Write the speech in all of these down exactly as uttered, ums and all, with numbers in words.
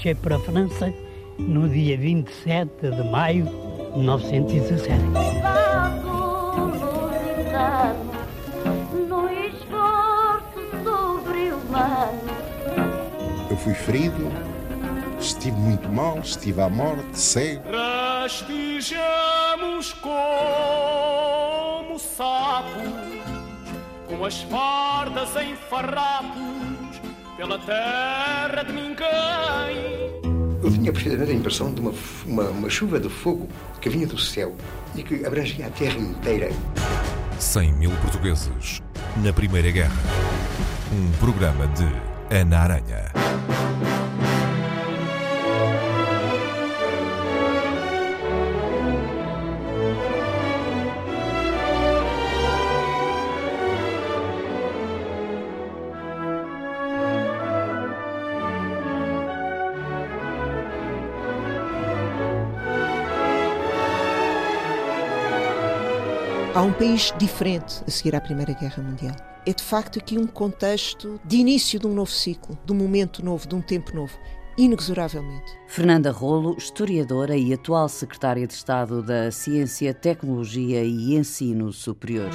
marchei para a França no dia vinte e sete de maio de mil novecentos e dezassete. Eu fui ferido, estive muito mal, estive à morte, cego. Rastejamos como sapos, com as fardas em farrapos, pela terra de ninguém. Eu tinha precisamente a impressão de uma, uma, uma chuva de fogo que vinha do céu e que abrangia a terra inteira. cem mil portugueses na Primeira Guerra. Um programa de Ana Aranha. Há um país diferente a seguir à Primeira Guerra Mundial. É de facto aqui um contexto de início de um novo ciclo, de um momento novo, de um tempo novo, inexoravelmente. Fernanda Rolo, historiadora e atual secretária de Estado da Ciência, Tecnologia e Ensino Superior.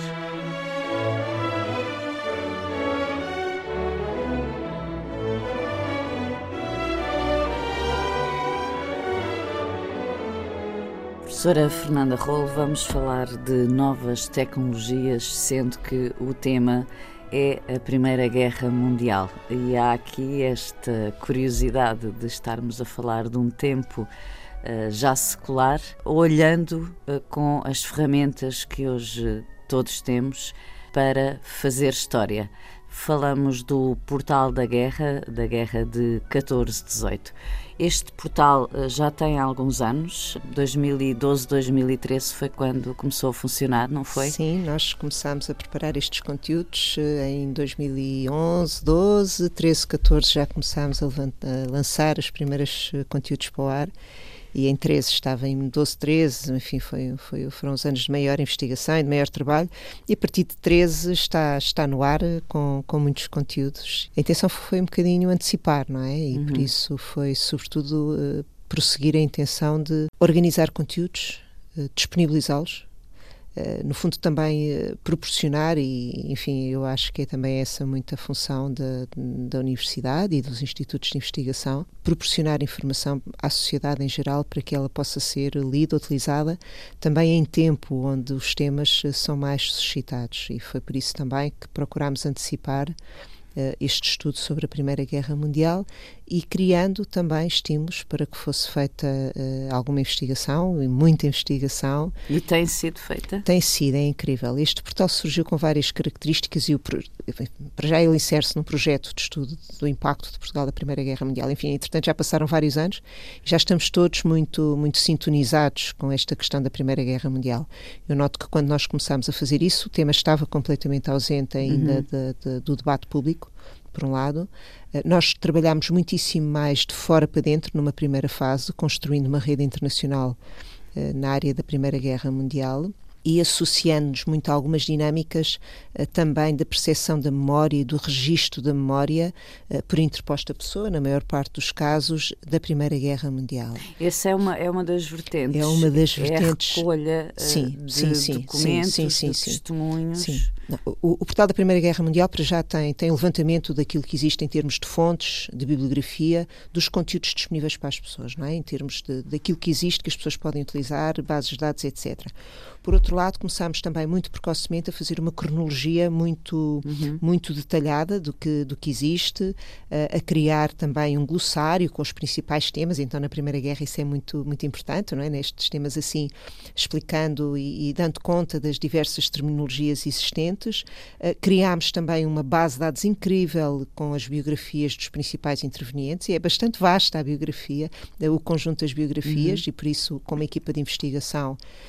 Professora Fernanda Rolo, vamos falar de novas tecnologias, sendo que o tema é a Primeira Guerra Mundial. E há aqui esta curiosidade de estarmos a falar de um tempo uh, já secular, olhando uh, com as ferramentas que hoje todos temos para fazer história. Falamos do Portal da Guerra, da Guerra de catorze dezoito. Este portal já tem alguns anos, dois mil e doze, dois mil e treze foi quando começou a funcionar, não foi? Sim, nós começámos a preparar estes conteúdos em dois mil e onze, doze, treze, catorze já começámos a, a lançar os primeiros conteúdos para o ar. E em treze estava em doze, treze, enfim, foi, foi, foram os anos de maior investigação e de maior trabalho, e a partir de treze está, está no ar com, com muitos conteúdos. A intenção foi um bocadinho antecipar, não é? E uhum. por isso foi, sobretudo, uh, prosseguir a intenção de organizar conteúdos, uh, disponibilizá-los, Uh, no fundo também uh, proporcionar, e enfim, eu acho que é também essa muita função da, da universidade e dos institutos de investigação, proporcionar informação à sociedade em geral para que ela possa ser lida, utilizada, também em tempo onde os temas uh, são mais suscitados, e foi por isso também que procurámos antecipar uh, este estudo sobre a Primeira Guerra Mundial, e criando também estímulos para que fosse feita uh, alguma investigação, e muita investigação. E tem sido feita? Tem sido, é incrível. Este portal surgiu com várias características e o, para já ele insere-se num projeto de estudo do impacto de Portugal da Primeira Guerra Mundial. Enfim, entretanto já passaram vários anos e já estamos todos muito, muito sintonizados com esta questão da Primeira Guerra Mundial. Eu noto que quando nós começámos a fazer isso, o tema estava completamente ausente ainda uhum. de, de, do debate público, por um lado. Nós trabalhámos muitíssimo mais de fora para dentro numa primeira fase, construindo uma rede internacional uh, na área da Primeira Guerra Mundial, e associando-nos muito a algumas dinâmicas uh, também da percepção da memória e do registro da memória uh, por interposta pessoa, na maior parte dos casos, da Primeira Guerra Mundial. Essa é uma, é uma das vertentes. É uma das vertentes. É a recolha uh, sim, de sim, sim, documentos, sim, sim, de sim, testemunhos. Sim. Não, o, o portal da Primeira Guerra Mundial para já tem, tem um levantamento daquilo que existe em termos de fontes, de bibliografia, dos conteúdos disponíveis para as pessoas, não é? Em termos de, daquilo que existe, que as pessoas podem utilizar, bases de dados, etcétera. Por outro lado, começámos também muito precocemente a fazer uma cronologia muito, uhum. muito detalhada do que, do que existe, a, a criar também um glossário com os principais temas. Então, na Primeira Guerra isso é muito, muito importante, não é? Nestes temas assim, explicando e, e dando conta das diversas terminologias existentes. Uh, criámos também uma base de dados incrível com as biografias dos principais intervenientes, e é bastante vasta a biografia, uh, o conjunto das biografias, uhum. e por isso, como equipa de investigação,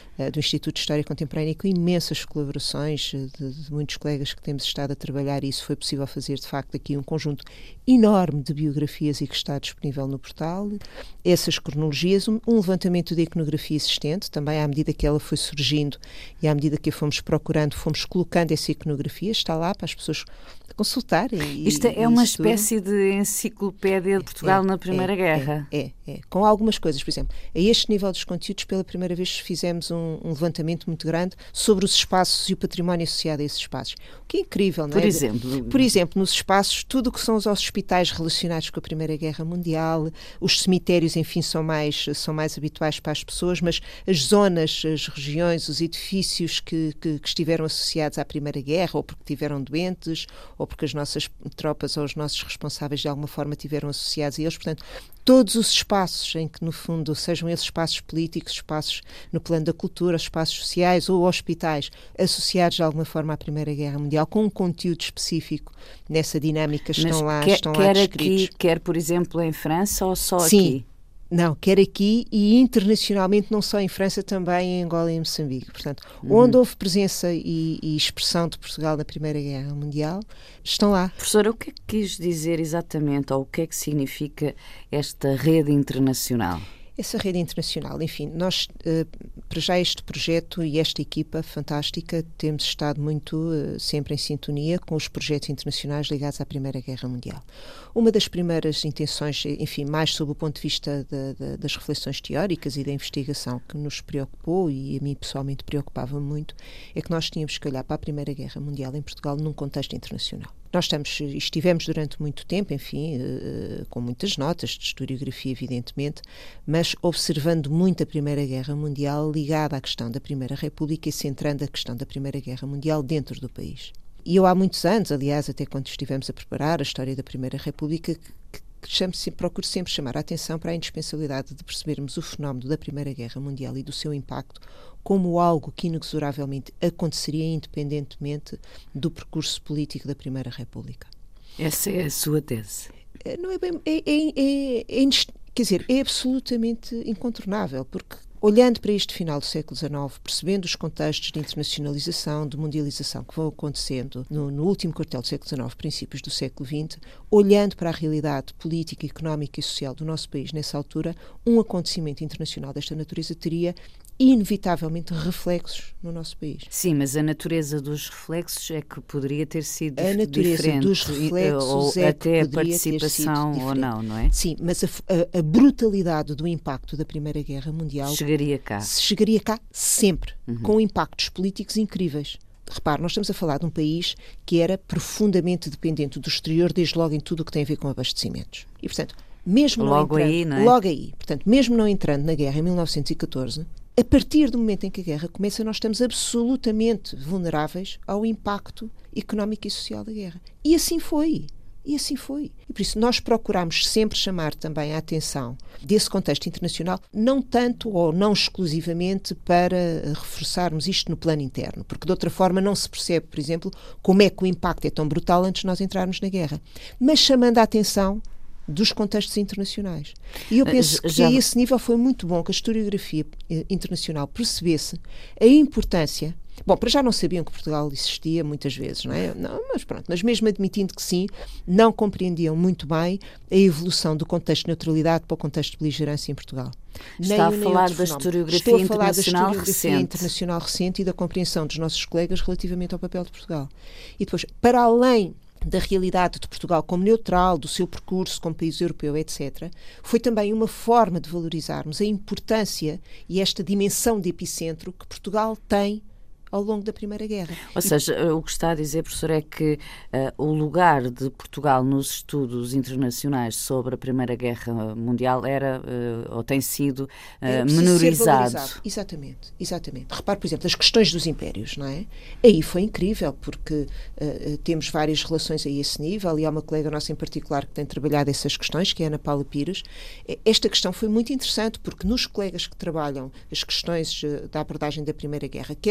uh, do Instituto de História Contemporânea, com imensas colaborações de, de muitos colegas que temos estado a trabalhar, e isso foi possível fazer, de facto, aqui um conjunto enorme de biografias e que está disponível no portal. Essas cronologias, um, um levantamento de iconografia existente, também à medida que ela foi surgindo e à medida que a fomos procurando, fomos colocando essa iconografia, está lá para as pessoas consultarem. Isto é uma espécie de enciclopédia de Portugal é, na Primeira é, Guerra. É, é, é, com algumas coisas. Por exemplo, a este nível dos conteúdos, pela primeira vez fizemos um, um levantamento muito grande sobre os espaços e o património associado a esses espaços. O que é incrível, não é? Por exemplo? Por exemplo, nos espaços, tudo o que são os hospitais relacionados com a Primeira Guerra Mundial, os cemitérios, enfim, são mais, são mais habituais para as pessoas, mas as zonas, as regiões, os edifícios que, que, que estiveram associados à Primeira Guerra, ou porque tiveram doentes, ou porque as nossas tropas ou os nossos responsáveis de alguma forma tiveram associados a eles, portanto, todos os espaços em que, no fundo, sejam esses espaços políticos, espaços no plano da cultura, espaços sociais ou hospitais associados de alguma forma à Primeira Guerra Mundial, com um conteúdo específico nessa dinâmica, estão Mas lá, quer, estão quer lá descritos. Aqui, quer, por exemplo, em França ou só Sim. aqui? Não, quer aqui e internacionalmente, não só em França, também em Angola e em Moçambique. Portanto, uhum. onde houve presença e, e expressão de Portugal na Primeira Guerra Mundial, estão lá. Professora, o que é que quis dizer exatamente, ou o que é que significa esta rede internacional? Essa rede internacional, enfim, nós, uh, para já este projeto e esta equipa fantástica, temos estado muito, uh, sempre em sintonia com os projetos internacionais ligados à Primeira Guerra Mundial. Uma das primeiras intenções, enfim, mais sob o ponto de vista de, de, das reflexões teóricas e da investigação que nos preocupou, e a mim pessoalmente preocupava muito, é que nós tínhamos que olhar para a Primeira Guerra Mundial em Portugal num contexto internacional. Nós estamos, estivemos durante muito tempo, enfim, uh, com muitas notas de historiografia, evidentemente, mas observando muito a Primeira Guerra Mundial ligada à questão da Primeira República e centrando a questão da Primeira Guerra Mundial dentro do país. E eu há muitos anos, aliás, até quando estivemos a preparar a história da Primeira República, que, que chamo, procuro sempre chamar a atenção para a indispensabilidade de percebermos o fenómeno da Primeira Guerra Mundial e do seu impacto como algo que inexoravelmente aconteceria independentemente do percurso político da Primeira República. Essa é a sua tese? Não é bem... É, é, é, é, quer dizer, é absolutamente incontornável, porque olhando para este final do século dezenove, percebendo os contextos de internacionalização, de mundialização que vão acontecendo no, no último quartel do século dezenove, princípios do século vinte, olhando para a realidade política, económica e social do nosso país nessa altura, um acontecimento internacional desta natureza teria inevitavelmente reflexos no nosso país. Sim, mas a natureza dos reflexos é que poderia ter sido a natureza diferente, dos reflexos ou é até que a participação ou não, não é? Sim, mas a, a, a brutalidade do impacto da Primeira Guerra Mundial chegaria cá. Chegaria cá sempre, uhum. com impactos políticos incríveis. Repare, nós estamos a falar de um país que era profundamente dependente do exterior, desde logo em tudo o que tem a ver com abastecimentos. E, portanto, mesmo logo não entrando, aí, não é? Logo aí, portanto, mesmo não entrando na guerra em mil novecentos e catorze, a partir do momento em que a guerra começa, nós estamos absolutamente vulneráveis ao impacto económico e social da guerra. E assim foi. E assim foi. E por isso nós procuramos sempre chamar também a atenção desse contexto internacional, não tanto ou não exclusivamente para reforçarmos isto no plano interno, porque de outra forma não se percebe, por exemplo, como é que o impacto é tão brutal antes de nós entrarmos na guerra. Mas chamando a atenção dos contextos internacionais. E eu penso Já... que a esse nível foi muito bom que a historiografia internacional percebesse a importância. Bom, para já não sabiam que Portugal existia muitas vezes, não é? Não, mas pronto, mas mesmo admitindo que sim, não compreendiam muito bem a evolução do contexto de neutralidade para o contexto de beligerância em Portugal. Está nem, a falar nem da historiografia Estou a falar internacional da historiografia recente. internacional recente e da compreensão dos nossos colegas relativamente ao papel de Portugal. E depois, para além da realidade de Portugal como neutral, do seu percurso como país europeu, etcétera, foi também uma forma de valorizarmos a importância e esta dimensão de epicentro que Portugal tem ao longo da Primeira Guerra. Ou seja, o que está a dizer, professor, é que uh, o lugar de Portugal nos estudos internacionais sobre a Primeira Guerra Mundial era, uh, ou tem sido, uh, é menorizado. Exatamente, exatamente. Repare, por exemplo, as questões dos impérios, não é? Aí foi incrível, porque uh, temos várias relações a esse nível, e há uma colega nossa em particular que tem trabalhado essas questões, que é a Ana Paula Pires. Esta questão foi muito interessante, porque nos colegas que trabalham as questões uh, da abordagem da Primeira Guerra, quer na ótica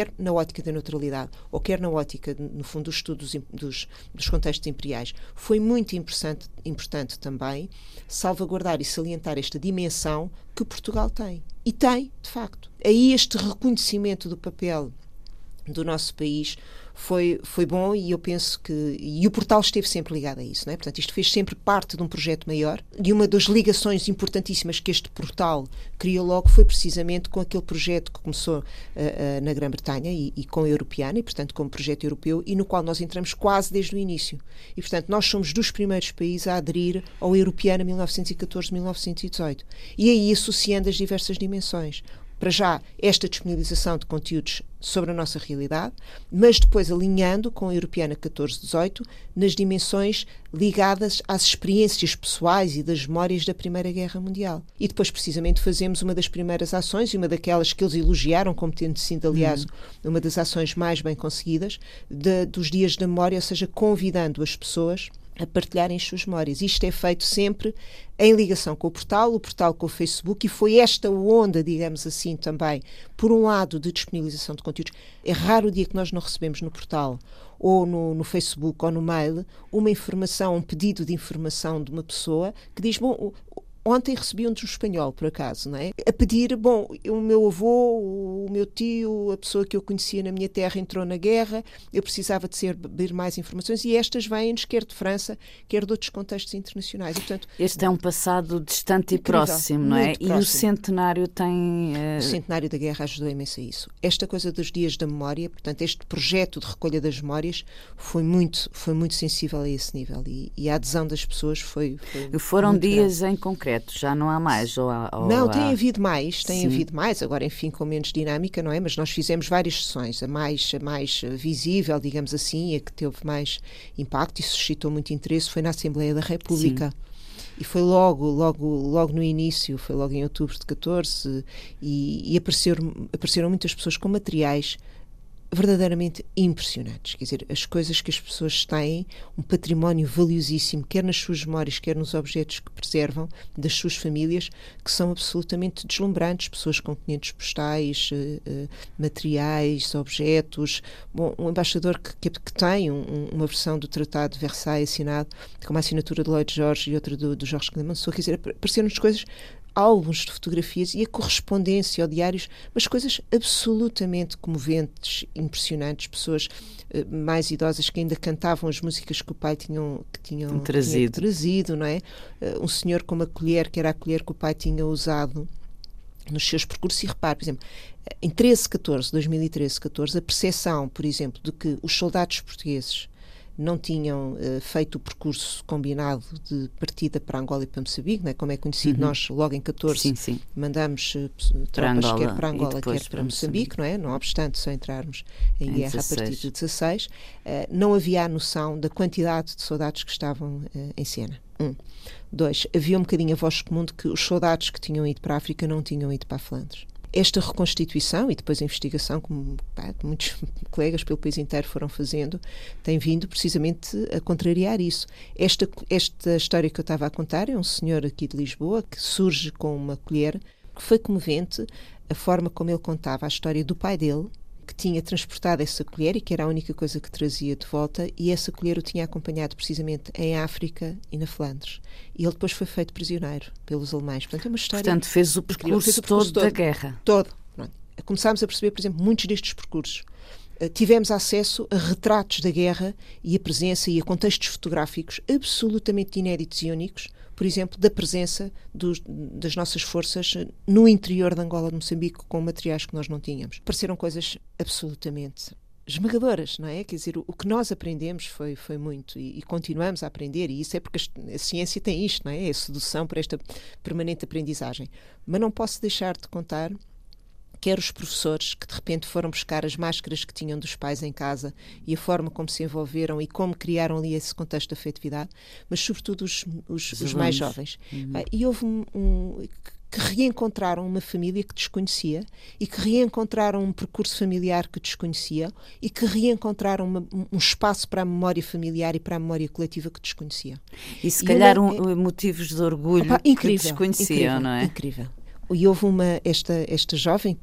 ótica da neutralidade, ou quer na ótica, no fundo, dos estudos dos, dos contextos imperiais, foi muito importante, importante também salvaguardar e salientar esta dimensão que Portugal tem. E tem, de facto. Aí este reconhecimento do papel do nosso país foi, foi bom, e eu penso que... E o portal esteve sempre ligado a isso, não é? Portanto, isto fez sempre parte de um projeto maior, e uma das ligações importantíssimas que este portal criou logo foi precisamente com aquele projeto que começou uh, uh, na Grã-Bretanha e, e com a Europeana, e portanto com o projeto europeu, e no qual nós entramos quase desde o início. E portanto nós somos dos primeiros países a aderir ao Europeana mil novecentos e catorze a mil novecentos e dezoito. E aí associando as diversas dimensões. Para já, esta disponibilização de conteúdos sobre a nossa realidade, mas depois alinhando com a Europeana catorze dezoito nas dimensões ligadas às experiências pessoais e das memórias da Primeira Guerra Mundial. E depois, precisamente, fazemos uma das primeiras ações, e uma daquelas que eles elogiaram, como tendo sido, aliás, uhum. uma das ações mais bem conseguidas, de, dos Dias da Memória, ou seja, convidando as pessoas a partilharem as suas memórias. Isto é feito sempre em ligação com o portal, o portal com o Facebook, e foi esta onda, digamos assim, também, por um lado, de disponibilização de conteúdos. É raro o dia que nós não recebemos no portal, ou no, no Facebook, ou no mail, uma informação, um pedido de informação de uma pessoa que diz, bom... Ontem recebi um de um espanhol, por acaso, não é? A pedir, bom, o meu avô, o meu tio, a pessoa que eu conhecia na minha terra entrou na guerra, eu precisava de saber mais informações, e estas vêm-nos quer de França, quer de outros contextos internacionais. E, portanto, este é um passado distante incrível, e próximo, não é? Próximo. E o centenário tem... Uh... O centenário da guerra ajudou imenso a isso. Esta coisa dos Dias da Memória, portanto, este projeto de recolha das memórias foi muito, foi muito sensível a esse nível, e, e a adesão das pessoas foi... foi Foram dias grande. Em concreto. Já não há mais? Ou há, ou não, há... tem havido mais, tem Sim. havido mais, agora enfim com menos dinâmica, não é? Mas nós fizemos várias sessões, a mais, a mais visível, digamos assim, a que teve mais impacto e suscitou muito interesse foi na Assembleia da República. Sim. E foi logo, logo, logo no início, foi logo em outubro de catorze, e, e apareceram, apareceram muitas pessoas com materiais verdadeiramente impressionantes, quer dizer, as coisas que as pessoas têm, um património valiosíssimo, quer nas suas memórias, quer nos objetos que preservam das suas famílias, que são absolutamente deslumbrantes, pessoas com quinhentos postais, uh, uh, materiais, objetos. Bom, um embaixador que, que, que tem um, uma versão do Tratado de Versailles assinado, com uma assinatura de Lloyd George e outra do, do Jorge Clemenceau, quer dizer, apareceram-nos coisas, álbuns de fotografias e a correspondência, ou diários, mas coisas absolutamente comoventes, impressionantes, pessoas uh, mais idosas que ainda cantavam as músicas que o pai tinham, que tinham trazido. Tinha trazido, não é? Uh, um senhor com uma colher, que era a colher que o pai tinha usado nos seus percursos, e repare, por exemplo, em treze, catorze, dois mil e treze, catorze, a percepção, por exemplo, de que os soldados portugueses não tinham uh, feito o percurso combinado de partida para Angola e para Moçambique, não é? Como é conhecido, uhum. Nós logo em catorze sim, sim. mandamos uh, tropas para Angola, quer para Angola, quer para, para Moçambique, Moçambique, não é? Não obstante só entrarmos em, em guerra dezasseis. A partir de dezasseis, uh, não havia a noção da quantidade de soldados que estavam uh, em cena. Um. Dois, havia um bocadinho a voz comum de que os soldados que tinham ido para a África não tinham ido para a Flandres. Esta reconstituição e depois a investigação, como pá, muitos colegas pelo país inteiro foram fazendo, tem vindo precisamente a contrariar isso. Esta, esta história que eu estava a contar é um senhor aqui de Lisboa que surge com uma colher, que foi comovente a forma como ele contava a história do pai dele, que tinha transportado essa colher e que era a única coisa que trazia de volta, e essa colher o tinha acompanhado precisamente em África e na Flandres. E ele depois foi feito prisioneiro pelos alemães. Portanto, é uma história... Portanto, fez o percurso, fez o percurso todo, todo da guerra. Todo. Pronto. Começámos a perceber, por exemplo, muitos destes percursos. Uh, tivemos acesso a retratos da guerra e a presença e a contextos fotográficos absolutamente inéditos e únicos, por exemplo, da presença dos, das nossas forças no interior de Angola, de Moçambique, com materiais que nós não tínhamos. Pareceram coisas absolutamente esmagadoras, não é? Quer dizer, o, o que nós aprendemos foi, foi muito, e, e continuamos a aprender, e isso é porque a, a ciência tem isto, não é? É a sedução por esta permanente aprendizagem. Mas não posso deixar de contar quer os professores que de repente foram buscar as máscaras que tinham dos pais em casa e a forma como se envolveram e como criaram ali esse contexto de afetividade, mas sobretudo os, os, os mais jovens. Uhum. Ah, e houve um, um que reencontraram uma família que desconhecia e que reencontraram um percurso familiar que desconhecia e que reencontraram uma, um espaço para a memória familiar e para a memória coletiva que desconhecia. E se e calhar uma, um, é, motivos de orgulho opa, incrível, que desconheciam, incrível, não é? Incrível. E houve uma, esta, esta jovem que,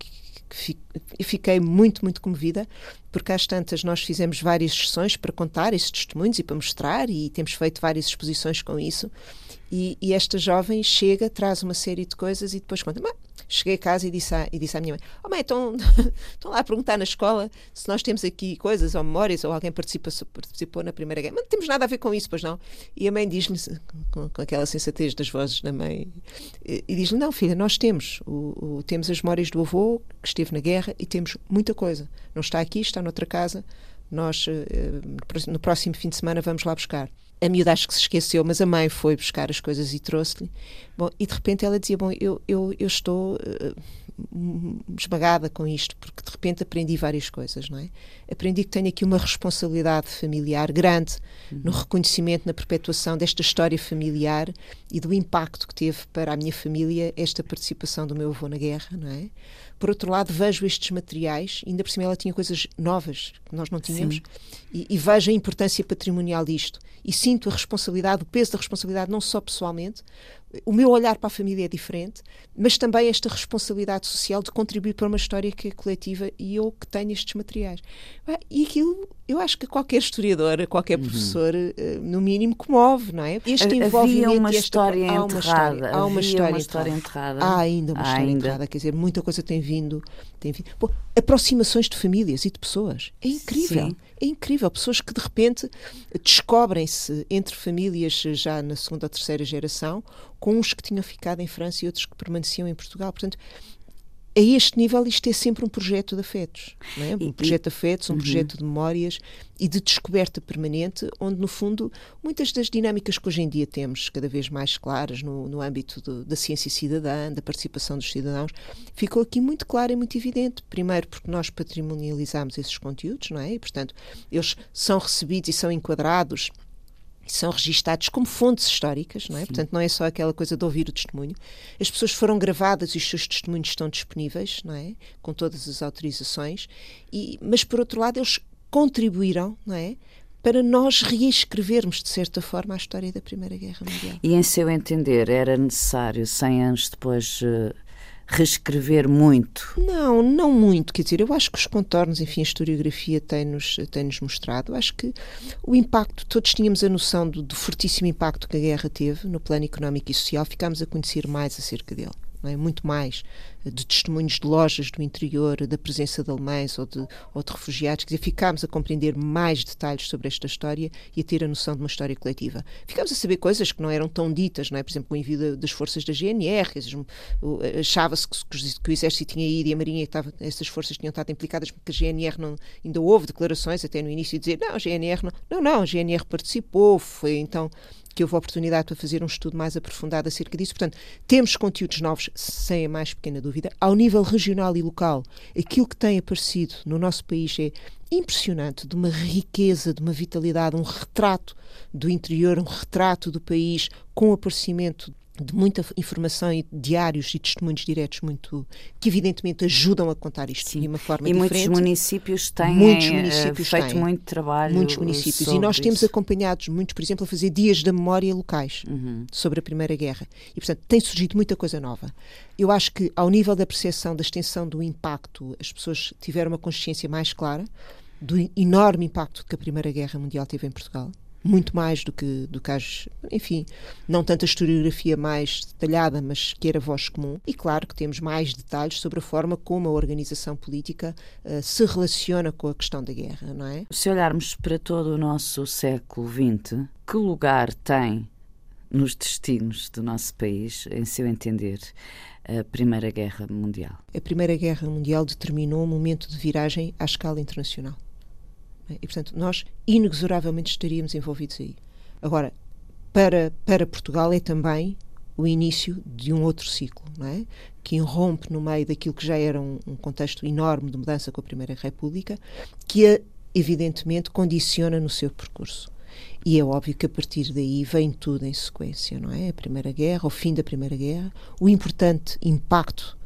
e fiquei muito, muito comovida, porque às tantas nós fizemos várias sessões para contar esses testemunhos e para mostrar, e temos feito várias exposições com isso, e, e esta jovem chega, traz uma série de coisas e depois conta, mas cheguei a casa e disse à, e disse à minha mãe, oh mãe, estão, estão lá a perguntar na escola se nós temos aqui coisas ou memórias ou alguém participa, participou na Primeira Guerra, mas não temos nada a ver com isso, pois não? E a mãe diz-lhe, com, com aquela sensatez das vozes da mãe, e, e diz-lhe, não filha, nós temos, o, o, temos as memórias do avô que esteve na guerra e temos muita coisa, não está aqui, está noutra casa, nós no próximo fim de semana vamos lá buscar. A miúda acho que se esqueceu, mas a mãe foi buscar as coisas e trouxe-lhe. Bom, e de repente ela dizia, bom, eu, eu, eu estou uh, esmagada com isto, porque de repente aprendi várias coisas, não é? Aprendi que tenho aqui uma responsabilidade familiar grande uhum. no reconhecimento, na perpetuação desta história familiar e do impacto que teve para a minha família esta participação do meu avô na guerra, não é? Por outro lado, vejo estes materiais, ainda por cima ela tinha coisas novas que nós não tínhamos, e, e vejo a importância patrimonial disto. E sinto a responsabilidade, o peso da responsabilidade, não só pessoalmente, o meu olhar para a família é diferente, mas também esta responsabilidade social de contribuir para uma história que é coletiva e eu que tenho estes materiais. E aquilo, eu acho que qualquer historiador, qualquer professor, uhum. no mínimo, comove, não é? Este envolvimento, havia uma esta, história há enterrada. Uma história, há uma história, uma história enterrada. Há ainda uma há história ainda. enterrada, quer dizer, muita coisa tem vindo. Tem vindo. Bom, aproximações de famílias e de pessoas. É incrível. Sim. É incrível. Pessoas que de repente descobrem-se entre famílias já na segunda ou terceira geração, com uns que tinham ficado em França e outros que permaneciam em Portugal. Portanto, a este nível isto é sempre um projeto de afetos, não é? Um projeto de afetos, um uhum. projeto de memórias e de descoberta permanente, onde no fundo muitas das dinâmicas que hoje em dia temos cada vez mais claras no, no âmbito do, da ciência cidadã, da participação dos cidadãos, ficou aqui muito clara e muito evidente. Primeiro porque nós patrimonializamos esses conteúdos, não é? E portanto eles são recebidos e são enquadrados são registados como fontes históricas, não é? Sim. Portanto, não é só aquela coisa de ouvir o testemunho. As pessoas foram gravadas e os seus testemunhos estão disponíveis, não é? Com todas as autorizações. E, mas, por outro lado, eles contribuíram, não é? Para nós reescrevermos, de certa forma, a história da Primeira Guerra Mundial. E, em seu entender, era necessário, cem anos depois, uh, reescrever muito? Não, não muito. Quer dizer, eu acho que os contornos, enfim, a historiografia tem-nos, tem-nos mostrado. Eu acho que o impacto, todos tínhamos a noção do, do fortíssimo impacto que a guerra teve no plano económico e social, ficámos a conhecer mais acerca dele. Não é? Muito mais de testemunhos de lojas do interior, da presença de alemães ou de, ou de refugiados, quer dizer, ficámos a compreender mais detalhes sobre esta história e a ter a noção de uma história coletiva. Ficámos a saber coisas que não eram tão ditas, não é? Por exemplo, o envio das forças da G N R, achava-se que, que o Exército tinha ido e a Marinha, estava, essas forças tinham estado implicadas, porque a G N R não, ainda houve declarações até no início de dizer, não, a G N R não, não, não, a G N R participou, foi então que houve a oportunidade para fazer um estudo mais aprofundado acerca disso. Portanto, temos conteúdos novos, sem a mais pequena dúvida. Ao nível regional e local, aquilo que tem aparecido no nosso país é impressionante, de uma riqueza, de uma vitalidade, um retrato do interior, um retrato do país, com o aparecimento de muita informação e diários e testemunhos diretos muito, que evidentemente ajudam a contar isto Sim. de uma forma e diferente. E muitos municípios têm muitos municípios feito têm, muito trabalho Muitos municípios. E nós temos isso. acompanhados muitos, por exemplo, a fazer dias da memória locais uhum. sobre a Primeira Guerra. E, portanto, tem surgido muita coisa nova. Eu acho que, ao nível da percepção, da extensão do impacto, as pessoas tiveram uma consciência mais clara do enorme impacto que a Primeira Guerra Mundial teve em Portugal. Muito mais do que, do que as, enfim, não tanto a historiografia mais detalhada, mas que era voz comum. E claro que temos mais detalhes sobre a forma como a organização política uh, se relaciona com a questão da guerra, não é? Se olharmos para todo o nosso século vinte, que lugar tem nos destinos do nosso país, em seu entender, a Primeira Guerra Mundial? A Primeira Guerra Mundial determinou um momento de viragem à escala internacional. E, portanto, nós inexoravelmente estaríamos envolvidos aí. Agora, para, para Portugal é também o início de um outro ciclo, não é? Que irrompe no meio daquilo que já era um, um contexto enorme de mudança com a Primeira República, que a, evidentemente, condiciona no seu percurso. E é óbvio que a partir daí vem tudo em sequência, não é? A Primeira Guerra, o fim da Primeira Guerra, o importante impacto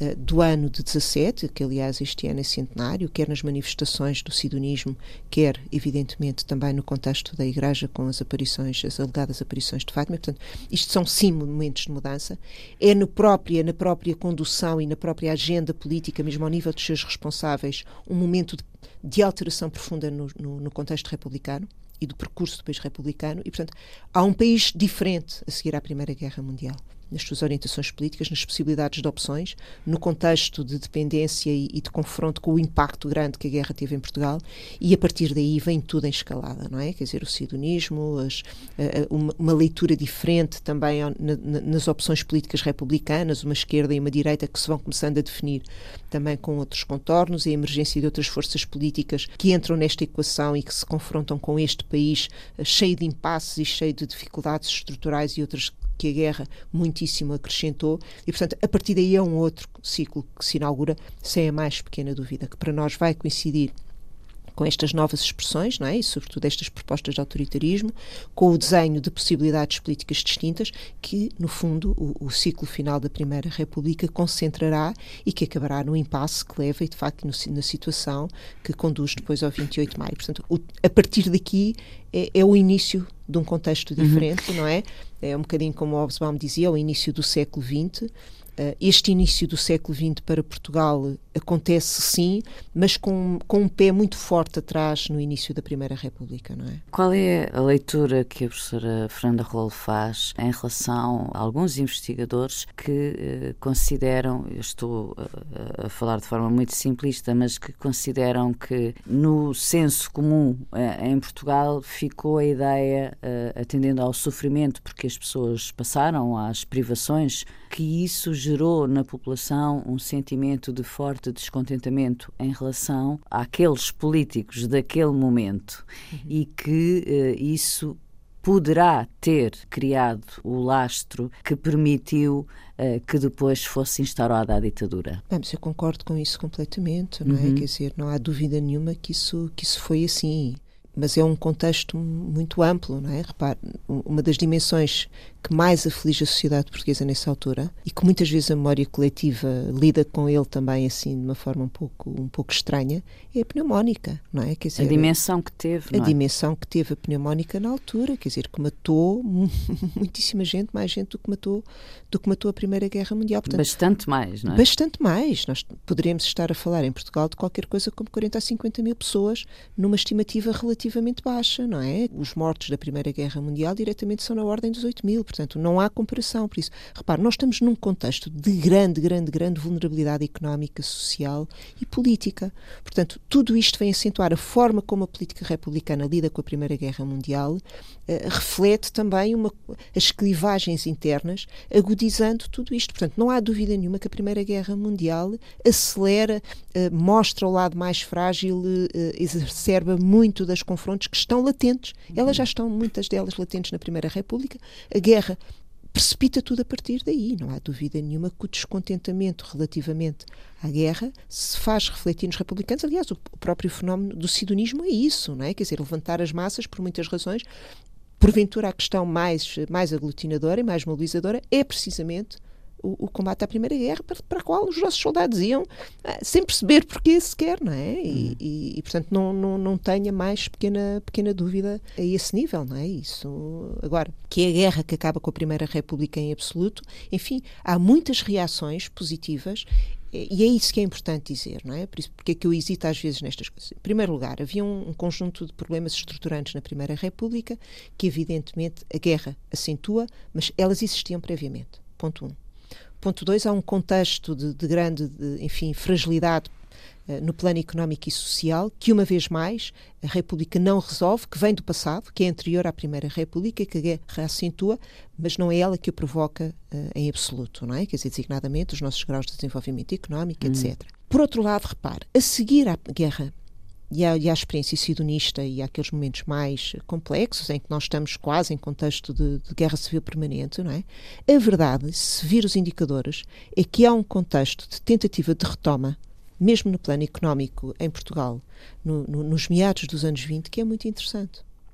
uh, do ano de dezassete, que aliás este ano é centenário, quer nas manifestações do sidonismo, quer evidentemente também no contexto da Igreja com as aparições, as alegadas aparições de Fátima. Portanto, isto são sim momentos de mudança. É no própria, na própria condução e na própria agenda política, mesmo ao nível dos seus responsáveis, um momento de, de alteração profunda no, no, no contexto republicano e do percurso do país republicano, e portanto há um país diferente a seguir à Primeira Guerra Mundial, nas suas orientações políticas, nas possibilidades de opções, no contexto de dependência e, e de confronto com o impacto grande que a guerra teve em Portugal, e a partir daí vem tudo em escalada, não é? Quer dizer, o sidonismo, as, a, uma, uma leitura diferente também na, na, nas opções políticas republicanas, uma esquerda e uma direita que se vão começando a definir também com outros contornos, e a emergência de outras forças políticas que entram nesta equação e que se confrontam com este país uh, cheio de impasses e cheio de dificuldades estruturais e outras que a guerra muitíssimo acrescentou, e portanto a partir daí é um outro ciclo que se inaugura, sem a mais pequena dúvida, que para nós vai coincidir com estas novas expressões, não é? E sobretudo estas propostas de autoritarismo, com o desenho de possibilidades políticas distintas que, no fundo, o, o ciclo final da Primeira República concentrará e que acabará no impasse que leva, e de facto, no, na situação que conduz depois ao vinte e oito de maio. Portanto, o, a partir daqui é, é o início de um contexto diferente, uhum. não é? É um bocadinho como o Hobsbawm dizia, o início do século vinte. Uh, este início do século vinte para Portugal acontece sim, mas com, com um pé muito forte atrás no início da Primeira República, não é? Qual é a leitura que a professora Fernanda Rolo faz em relação a alguns investigadores que uh, consideram, eu estou uh, a falar de forma muito simplista, mas que consideram que no senso comum uh, em Portugal ficou a ideia, uh, atendendo ao sofrimento porque as pessoas passaram, às privações, que isso gerou na população um sentimento de forte descontentamento em relação àqueles políticos daquele momento, uhum. e que uh, isso poderá ter criado o lastro que permitiu uh, que depois fosse instaurada a ditadura. Vamos, eu concordo com isso completamente, não uhum. é? Quer dizer, não há dúvida nenhuma que isso, que isso foi assim. Mas é um contexto muito amplo, não é? Repare, uma das dimensões que mais aflige a sociedade portuguesa nessa altura, e que muitas vezes a memória coletiva lida com ele também assim de uma forma um pouco, um pouco estranha, é a pneumónica, não é? Quer dizer, a dimensão que teve, a não é? dimensão que teve a pneumónica na altura, quer dizer, que matou muitíssima gente, mais gente do que matou, do que matou a Primeira Guerra Mundial. Portanto, bastante mais, não é? Bastante mais. Nós poderemos estar a falar em Portugal de qualquer coisa como quarenta a cinquenta mil pessoas, numa estimativa relativamente baixa, não é? Os mortos da Primeira Guerra Mundial diretamente são na ordem dos oito mil, portanto não há comparação. Por isso, repare, nós estamos num contexto de grande, grande, grande vulnerabilidade económica, social e política. Portanto, tudo isto vem acentuar a forma como a política republicana lida com a Primeira Guerra Mundial, uh, reflete também uma, as clivagens internas, agudizando tudo isto. Portanto, não há dúvida nenhuma que a Primeira Guerra Mundial acelera, uh, mostra o lado mais frágil, uh, exacerba muito das confrontos que estão latentes. Elas já estão, muitas delas, latentes na Primeira República. A guerra precipita tudo a partir daí. Não há dúvida nenhuma que o descontentamento relativamente à guerra se faz refletir nos republicanos. Aliás, o próprio fenómeno do sidonismo é isso, não é? Quer dizer, levantar as massas por muitas razões. Porventura, a questão mais, mais aglutinadora e mais mobilizadora é precisamente o, o combate à Primeira Guerra, para, para a qual os nossos soldados iam ah, sem perceber porquê sequer, não é? E, hum. e, e portanto, não, não, não tenha mais pequena, pequena dúvida a esse nível, não é? Isso, agora, que é a guerra que acaba com a Primeira República em absoluto, enfim, há muitas reações positivas. E é isso que é importante dizer, não é? Por isso, porque é que eu hesito às vezes nestas coisas. Em primeiro lugar, havia um, um conjunto de problemas estruturantes na Primeira República que, evidentemente, a guerra acentua, mas elas existiam previamente. Ponto um. Ponto dois, há um contexto de, de grande, de, enfim, fragilidade uh, no plano económico e social, que uma vez mais a República não resolve, que vem do passado, que é anterior à Primeira República, que a guerra acentua, mas não é ela que o provoca uh, em absoluto, não é? Quer dizer, designadamente os nossos graus de desenvolvimento económico, hum. etcétera. Por outro lado, repare, a seguir à guerra e à, e à experiência sidonista e àqueles momentos mais complexos em que nós estamos quase em contexto de, de guerra civil permanente, não é? A verdade, se vir os indicadores, é que há um contexto de tentativa de retoma, mesmo no plano económico em Portugal, no, no, nos meados dos anos vinte, que é muito interessante.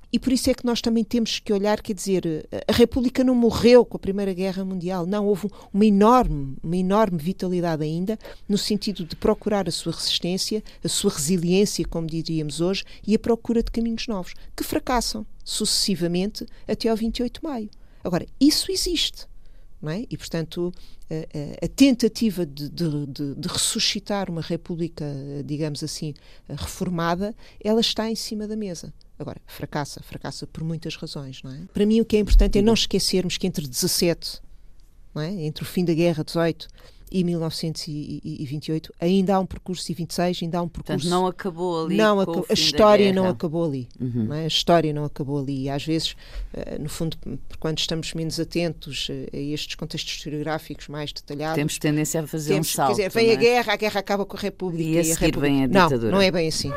E por isso é que nós também temos que olhar, quer dizer, a República não morreu com a Primeira Guerra Mundial, não, houve uma enorme, uma enorme vitalidade ainda, no sentido de procurar a sua resistência, a sua resiliência, como diríamos hoje, e a procura de caminhos novos, que fracassam sucessivamente até ao vinte e oito de maio. Agora, isso existe, não é? E, portanto, a, a, a tentativa de, de, de, de ressuscitar uma República, digamos assim, reformada, ela está em cima da mesa. Agora, fracassa, fracassa por muitas razões, não é? Para mim o que é importante é não esquecermos que entre dezassete, não é? Entre o fim da guerra, dezoito, e mil novecentos e vinte e oito, ainda há um percurso, e vinte e seis, ainda há um percurso... Portanto, não acabou ali não, com o fim a história da guerra. não acabou ali, uhum. não é? A história não acabou ali, e às vezes, no fundo, quando estamos menos atentos a estes contextos historiográficos mais detalhados... Temos tendência a fazer temos, um salto, quer dizer, vem não é? a guerra, a guerra acaba com a República... E a e a seguir República... vem a ditadura. Não, não é bem assim.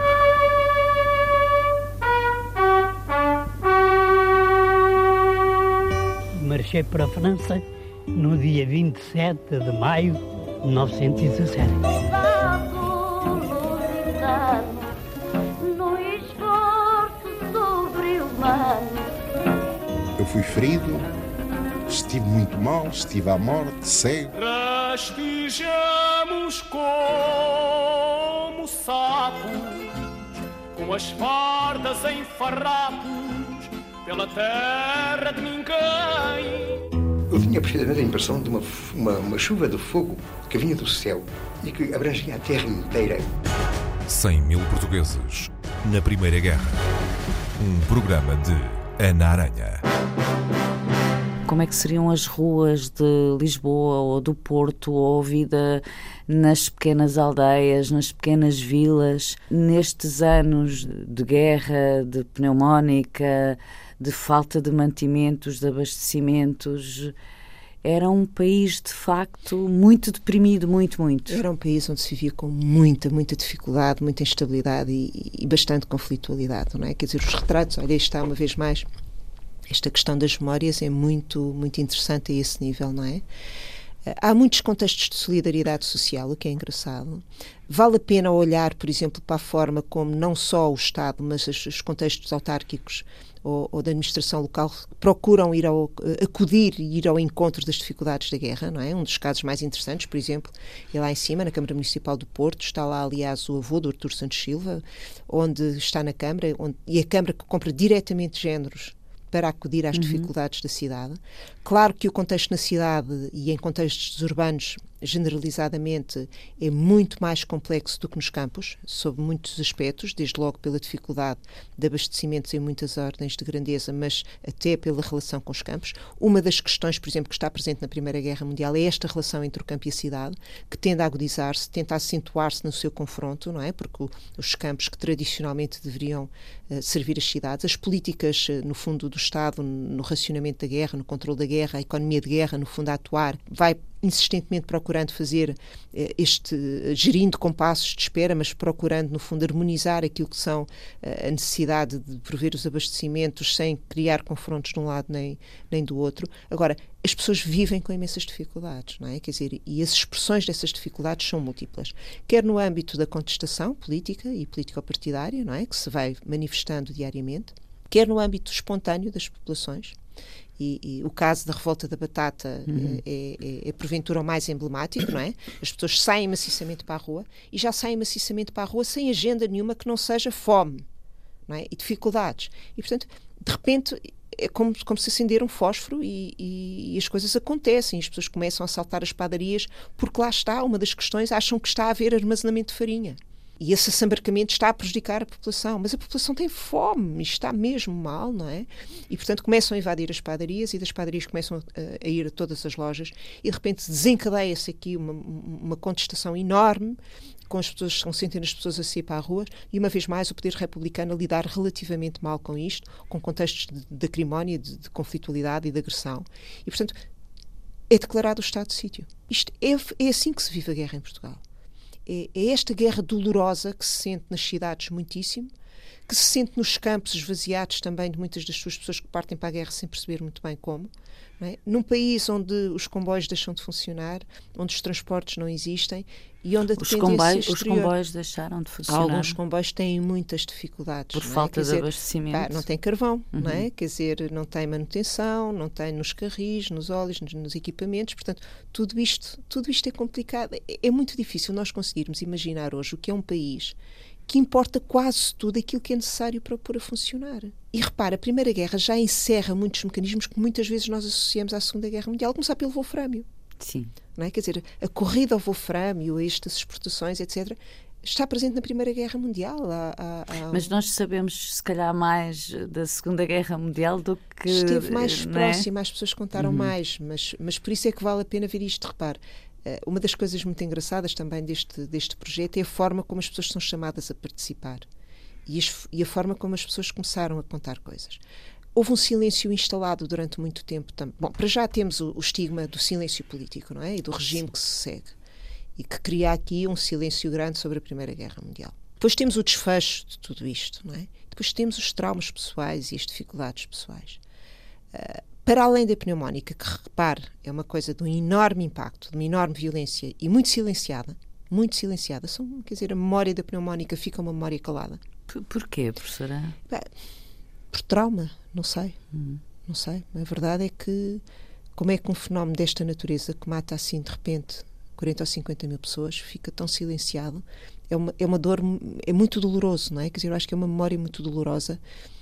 Marchei para a França no dia vinte e sete de maio de mil novecentos e dezassete. Eu fui ferido, estive muito mal, estive à morte, cego. Rastejamos como sapos, com as fardas em farrapos, pela terra de ninguém. Eu tinha precisamente a impressão de uma, uma, uma chuva de fogo que vinha do céu e que abrangia a terra inteira. cem mil portugueses na Primeira Guerra. Um programa de Ana Aranha. Como é que seriam as ruas de Lisboa ou do Porto, ou a vida nas pequenas aldeias, nas pequenas vilas, nestes anos de guerra, de pneumónica, de falta de mantimentos, de abastecimentos? Era um país, de facto, muito deprimido, muito, muito. Era um país onde se vivia com muita, muita dificuldade, muita instabilidade e, e bastante conflitualidade, não é? Quer dizer, os retratos, olha, isto está uma vez mais... Esta questão das memórias é muito, muito interessante a esse nível, não é? Há muitos contextos de solidariedade social, o que é engraçado. Vale a pena olhar, por exemplo, para a forma como não só o Estado, mas os contextos autárquicos ou, ou da administração local procuram ir ao, acudir e ir ao encontro das dificuldades da guerra, não é? Um dos casos mais interessantes, por exemplo, é lá em cima, na Câmara Municipal do Porto, está lá, aliás, o avô do Artur Santos Silva, onde está na Câmara, onde, e a Câmara que compra diretamente géneros para acudir às dificuldades uhum. da cidade. Claro que o contexto na cidade e em contextos urbanos, generalizadamente, é muito mais complexo do que nos campos, sob muitos aspectos, desde logo pela dificuldade de abastecimentos em muitas ordens de grandeza, mas até pela relação com os campos. Uma das questões, por exemplo, que está presente na Primeira Guerra Mundial é esta relação entre o campo e a cidade, que tende a agudizar-se, tenta acentuar-se no seu confronto, não é? Porque o, os campos que tradicionalmente deveriam uh, servir as cidades, as políticas, uh, no fundo, do Estado, no racionamento da guerra, no controle da guerra, a economia de guerra, no fundo, a atuar, vai insistentemente procurando fazer eh, este, gerindo compassos de espera, mas procurando, no fundo, harmonizar aquilo que são eh, a necessidade de prover os abastecimentos sem criar confrontos de um lado nem, nem do outro. Agora, as pessoas vivem com imensas dificuldades, não é? Quer dizer, e as expressões dessas dificuldades são múltiplas, quer no âmbito da contestação política e político-partidária, não é? Que se vai manifestando diariamente, quer no âmbito espontâneo das populações. E, e o caso da revolta da batata uhum. é, é, é porventura o mais emblemático, não é? As pessoas saem maciçamente para a rua e já saem maciçamente para a rua sem agenda nenhuma que não seja fome, não é? E dificuldades. E, portanto, de repente, é como, como se acender um fósforo e, e, e as coisas acontecem. As pessoas começam a assaltar as padarias porque lá está, uma das questões, acham que está a haver armazenamento de farinha. E esse assambarcamento está a prejudicar a população. Mas a população tem fome, está mesmo mal, não é? E, portanto, começam a invadir as padarias e das padarias começam a, a ir a todas as lojas e, de repente, desencadeia-se aqui uma, uma contestação enorme, com as pessoas, com centenas de pessoas a sair para a rua e, uma vez mais, o poder republicano a lidar relativamente mal com isto, com contextos de, de acrimónia, de, de conflitualidade e de agressão. E, portanto, é declarado o estado de sítio. Isto é, é assim que se vive a guerra em Portugal. É, é esta guerra dolorosa que se sente nas cidades muitíssimo, que se sente nos campos esvaziados também de muitas das suas pessoas que partem para a guerra sem perceber muito bem como. Não é? Num país onde os comboios deixam de funcionar, onde os transportes não existem, e onde a os dependência comboios, exterior... Os comboios deixaram de funcionar. Alguns comboios têm muitas dificuldades. Por não falta é? de dizer, abastecimento. Pá, não tem carvão, uhum. não é? Quer dizer, não tem manutenção, não tem nos carris, nos óleos, nos, nos equipamentos. Portanto, tudo isto, tudo isto é complicado. É, é muito difícil nós conseguirmos imaginar hoje o que é um país que importa quase tudo aquilo que é necessário para o pôr a funcionar. E repara, a Primeira Guerra já encerra muitos mecanismos que muitas vezes nós associamos à Segunda Guerra Mundial, começar pelo wolframio. Sim. Não é? Quer dizer, a corrida ao wolframio, a estas exportações, etcétera, está presente na Primeira Guerra Mundial. Há, há, há... Mas nós sabemos, se calhar, mais da Segunda Guerra Mundial do que... Esteve mais não próximo, é? as pessoas contaram uhum. mais, mas, mas por isso é que vale a pena ver isto. Repare, uma das coisas muito engraçadas também deste, deste projeto é a forma como as pessoas são chamadas a participar e, as, e a forma como as pessoas começaram a contar coisas. Houve um silêncio instalado durante muito tempo também. Bom, para já temos o, o estigma do silêncio político, não é? E do regime que se segue. E que cria aqui um silêncio grande sobre a Primeira Guerra Mundial. Depois temos o desfecho de tudo isto, não é? Depois temos os traumas pessoais e as dificuldades pessoais. Uh, para além da pneumónica, que, repare, é uma coisa de um enorme impacto, de uma enorme violência e muito silenciada, muito silenciada. São, quer dizer, a memória da pneumónica fica uma memória calada. Por, porquê, professora? Bem, por trauma, não sei. Hum. Não sei. A verdade é que como é que um fenómeno desta natureza que mata assim de repente quarenta ou cinquenta mil pessoas fica tão silenciado? É uma, é uma dor, é muito doloroso, não é? Quer dizer, eu acho que é uma memória muito dolorosa.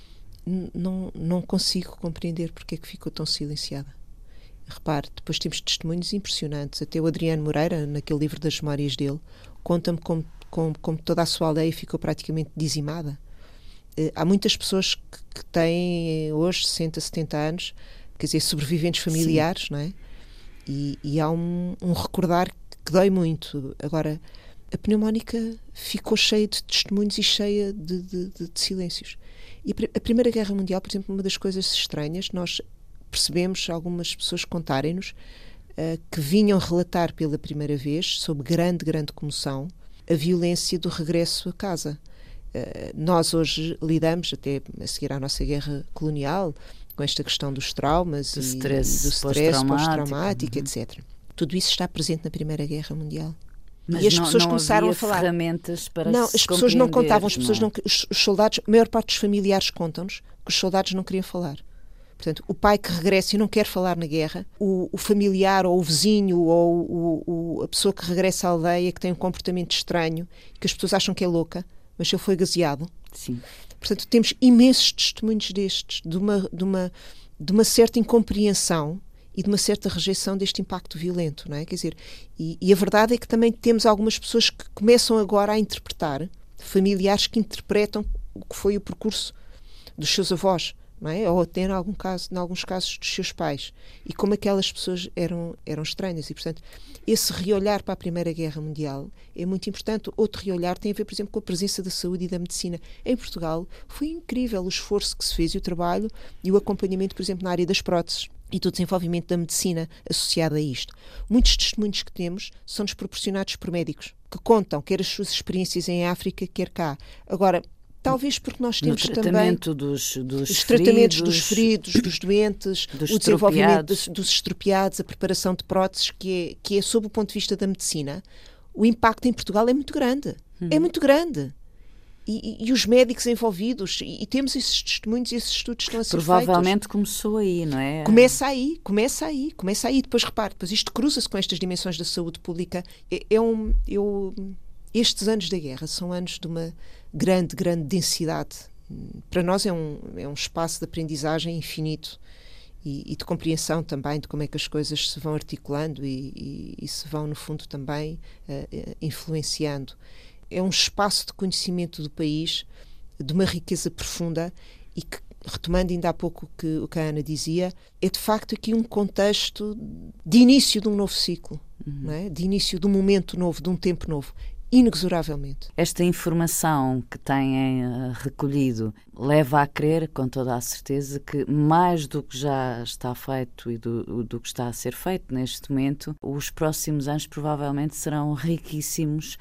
Não, não consigo compreender porque é que ficou tão silenciada. Repare, depois temos testemunhos impressionantes. Até o Adriano Moreira, naquele livro das memórias dele, conta-me como, como, como toda a sua aldeia ficou praticamente dizimada. Uh, há muitas pessoas que, que têm hoje sessenta, setenta anos, quer dizer, sobreviventes familiares, Sim. não é? E, e há um, um recordar que dói muito. Agora, a pneumónica ficou cheia de testemunhos e cheia de, de, de, de silêncios. E a Primeira Guerra Mundial, por exemplo, uma das coisas estranhas, nós percebemos, algumas pessoas contarem-nos, uh, que vinham relatar pela primeira vez, sob grande, grande comoção, a violência do regresso a casa. Uh, nós hoje lidamos, até a seguir à nossa guerra colonial, com esta questão dos traumas do e stress, do stress pós-traumático, pós-traumático, uhum. etcétera. Tudo isso está presente na Primeira Guerra Mundial. Mas e as não, pessoas não começaram havia a falar. Ferramentas para não, se as pessoas não contavam, as pessoas não. não, os, os soldados, a maior parte dos familiares contam-nos que os soldados não queriam falar. Portanto, o pai que regressa e não quer falar na guerra, o, o familiar ou o vizinho ou o, o, a pessoa que regressa à aldeia que tem um comportamento estranho, que as pessoas acham que é louca, mas ele foi gaseado. Sim. Portanto, temos imensos testemunhos destes, de uma, de uma, de uma certa incompreensão e de uma certa rejeição deste impacto violento, não é? Quer dizer, e, e a verdade é que também temos algumas pessoas que começam agora a interpretar, familiares que interpretam o que foi o percurso dos seus avós, não é? Ou até, em, algum caso, em alguns casos, dos seus pais. E como aquelas pessoas eram, eram estranhas. E, portanto, esse reolhar para a Primeira Guerra Mundial é muito importante. Outro reolhar tem a ver, por exemplo, com a presença da saúde e da medicina. Em Portugal foi incrível o esforço que se fez e o trabalho e o acompanhamento, por exemplo, na área das próteses e do desenvolvimento da medicina associada a isto. Muitos testemunhos que temos são-nos proporcionados por médicos que contam quer as suas experiências em África, quer cá. Agora, talvez porque nós temos no tratamento também dos, dos os feridos, tratamentos dos feridos, dos doentes, dos o desenvolvimento estropiados. dos, dos estropiados, a preparação de próteses, que é, que é sob o ponto de vista da medicina, o impacto em Portugal é muito grande. Hum. É muito grande. E, e, e os médicos envolvidos, e, e temos esses testemunhos e esses estudos estão a ser Provavelmente feitos. começou aí, não é? Começa aí, começa aí, começa aí. Depois, repare, depois isto cruza-se com estas dimensões da saúde pública. É, é um... Eu, estes anos da guerra são anos de uma grande, grande densidade. Para nós é um, é um espaço de aprendizagem infinito e, e de compreensão também de como é que as coisas se vão articulando e, e, e se vão, no fundo, também uh, influenciando. É um espaço de conhecimento do país, de uma riqueza profunda e que, retomando ainda há pouco o que, o que a Ana dizia, é de facto aqui um contexto de início de um novo ciclo, uhum. não é? De início de um momento novo, de um tempo novo. Inexoravelmente. Esta informação que têm uh, recolhido leva a crer, com toda a certeza, que mais do que já está feito e do, do que está a ser feito neste momento, os próximos anos provavelmente serão riquíssimos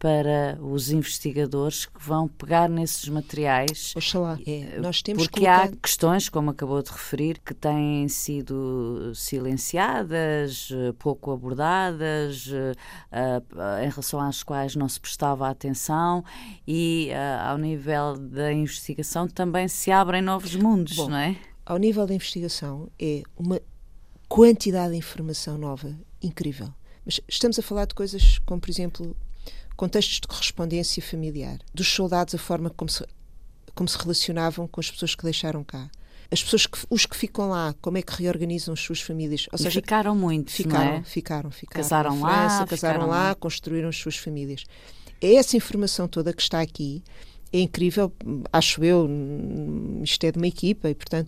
para os investigadores que vão pegar nesses materiais. Oxalá. É, nós temos porque colocado... há questões, como acabou de referir, que têm sido silenciadas, pouco abordadas, em relação às quais não se prestava atenção, e ao nível da investigação também se abrem novos mundos, Bom, não é? Ao nível da investigação é uma quantidade de informação nova incrível. Mas estamos a falar de coisas como, por exemplo, contextos de correspondência familiar, dos soldados, a forma como se, como se relacionavam com as pessoas que deixaram cá. As pessoas, que, os que ficam lá, como é que reorganizam as suas famílias. Ou e seja, ficaram muito, ficaram, não é? Ficaram, ficaram. Casaram na França, lá, casaram lá, lá, construíram as suas famílias. É essa informação toda que está aqui. É incrível, acho eu, isto é de uma equipa e, portanto,